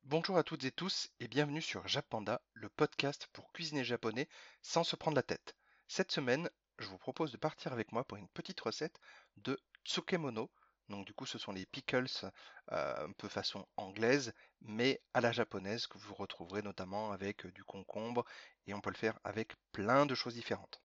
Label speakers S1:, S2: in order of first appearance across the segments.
S1: Bonjour à toutes et tous et bienvenue sur Japanda, le podcast pour cuisiner japonais sans se prendre la tête. Cette semaine, je vous propose de partir avec moi pour une petite recette de tsukemono. Donc du coup, ce sont les pickles un peu façon anglaise, mais à la japonaise que vous retrouverez notamment avec du concombre et on peut le faire avec plein de choses différentes.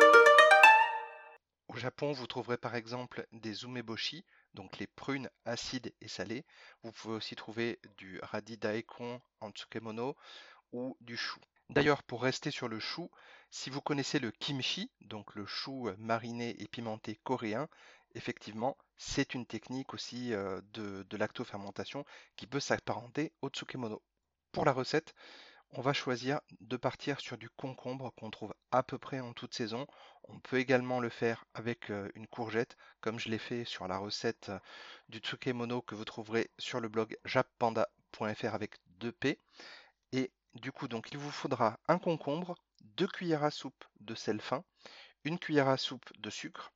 S1: Au Japon, vous trouverez par exemple des umeboshi, donc les prunes acides et salées. Vous pouvez aussi trouver du radis daikon en tsukemono ou du chou. D'ailleurs, pour rester sur le chou, si vous connaissez le kimchi, donc le chou mariné et pimenté coréen, effectivement, c'est une technique aussi de lactofermentation qui peut s'apparenter au tsukemono. Pour la recette, on va choisir de partir sur du concombre qu'on trouve à peu près en toute saison. On peut également le faire avec une courgette, comme je l'ai fait sur la recette du tsukemono que vous trouverez sur le blog jappanda.fr avec 2P. Et du coup, donc, il vous faudra un concombre, 2 cuillères à soupe de sel fin, une cuillère à soupe de sucre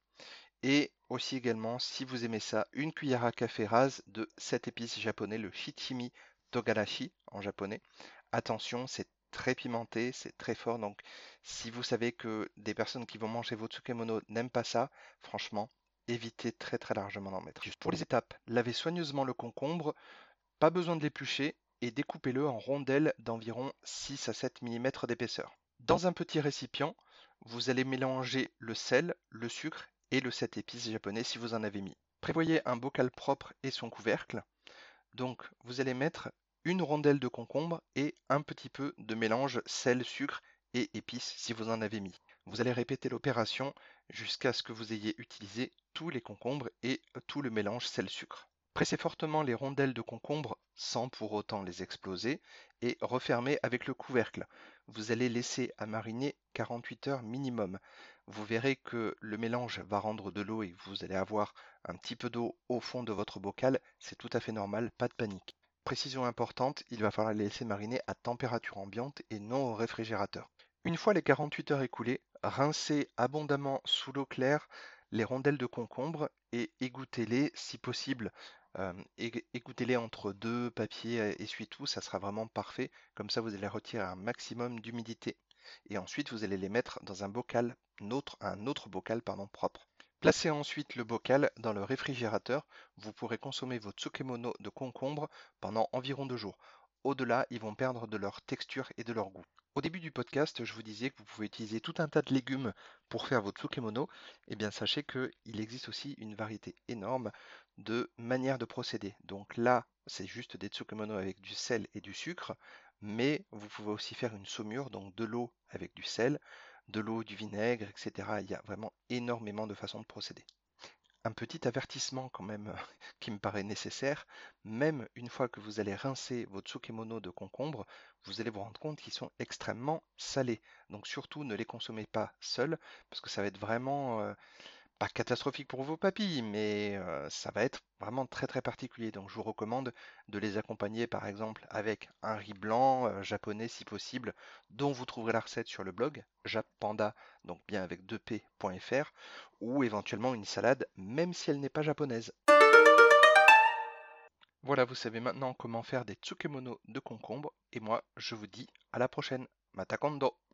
S1: et aussi également, si vous aimez ça, une cuillère à café rase de cette épice japonais, le shichimi togarashi en japonais. Attention, c'est très pimenté, c'est très fort, donc si vous savez que des personnes qui vont manger votre tsukemono n'aiment pas ça, franchement, évitez très très largement d'en mettre. Juste pour les étapes, lavez soigneusement le concombre, pas besoin de l'éplucher et découpez-le en rondelles d'environ 6 à 7 mm d'épaisseur. Dans un petit récipient, vous allez mélanger le sel, le sucre et le 7 épices japonais si vous en avez mis. Prévoyez un bocal propre et son couvercle. Donc vous allez mettre une rondelle de concombre et un petit peu de mélange sel, sucre et épices si vous en avez mis. Vous allez répéter l'opération jusqu'à ce que vous ayez utilisé tous les concombres et tout le mélange sel-sucre. Pressez fortement les rondelles de concombre sans pour autant les exploser et refermez avec le couvercle. Vous allez laisser à mariner 48 heures minimum. Vous verrez que le mélange va rendre de l'eau et vous allez avoir un petit peu d'eau au fond de votre bocal. C'est tout à fait normal, pas de panique. Précision importante, il va falloir les laisser mariner à température ambiante et non au réfrigérateur. Une fois les 48 heures écoulées, rincez abondamment sous l'eau claire les rondelles de concombre et égouttez-les si possible. Égouttez-les entre deux papiers essuie-tout, ça sera vraiment parfait. Comme ça, vous allez retirer un maximum d'humidité. Et ensuite, vous allez les mettre dans un autre bocal propre. Placez ensuite le bocal dans le réfrigérateur. Vous pourrez consommer vos tsukemono de concombre pendant environ 2 jours. Au-delà, ils vont perdre de leur texture et de leur goût. Au début du podcast, je vous disais que vous pouvez utiliser tout un tas de légumes pour faire votre tsukemono. Eh bien, sachez qu'il existe aussi une variété énorme de manières de procéder. Donc là, c'est juste des tsukemono avec du sel et du sucre, mais vous pouvez aussi faire une saumure, donc de l'eau avec du sel, de l'eau, du vinaigre, etc. Il y a vraiment énormément de façons de procéder. Un petit avertissement quand même qui me paraît nécessaire, même une fois que vous allez rincer vos tsukemono de concombre, vous allez vous rendre compte qu'ils sont extrêmement salés. Donc surtout ne les consommez pas seuls, parce que ça va être vraiment pas catastrophique pour vos papilles, mais ça va être vraiment très très particulier. Donc je vous recommande de les accompagner par exemple avec un riz blanc japonais si possible, dont vous trouverez la recette sur le blog jappanda, donc bien avec 2p.fr, ou éventuellement une salade, même si elle n'est pas japonaise. Voilà, vous savez maintenant comment faire des tsukemono de concombre, et moi je vous dis à la prochaine. Mata kondo!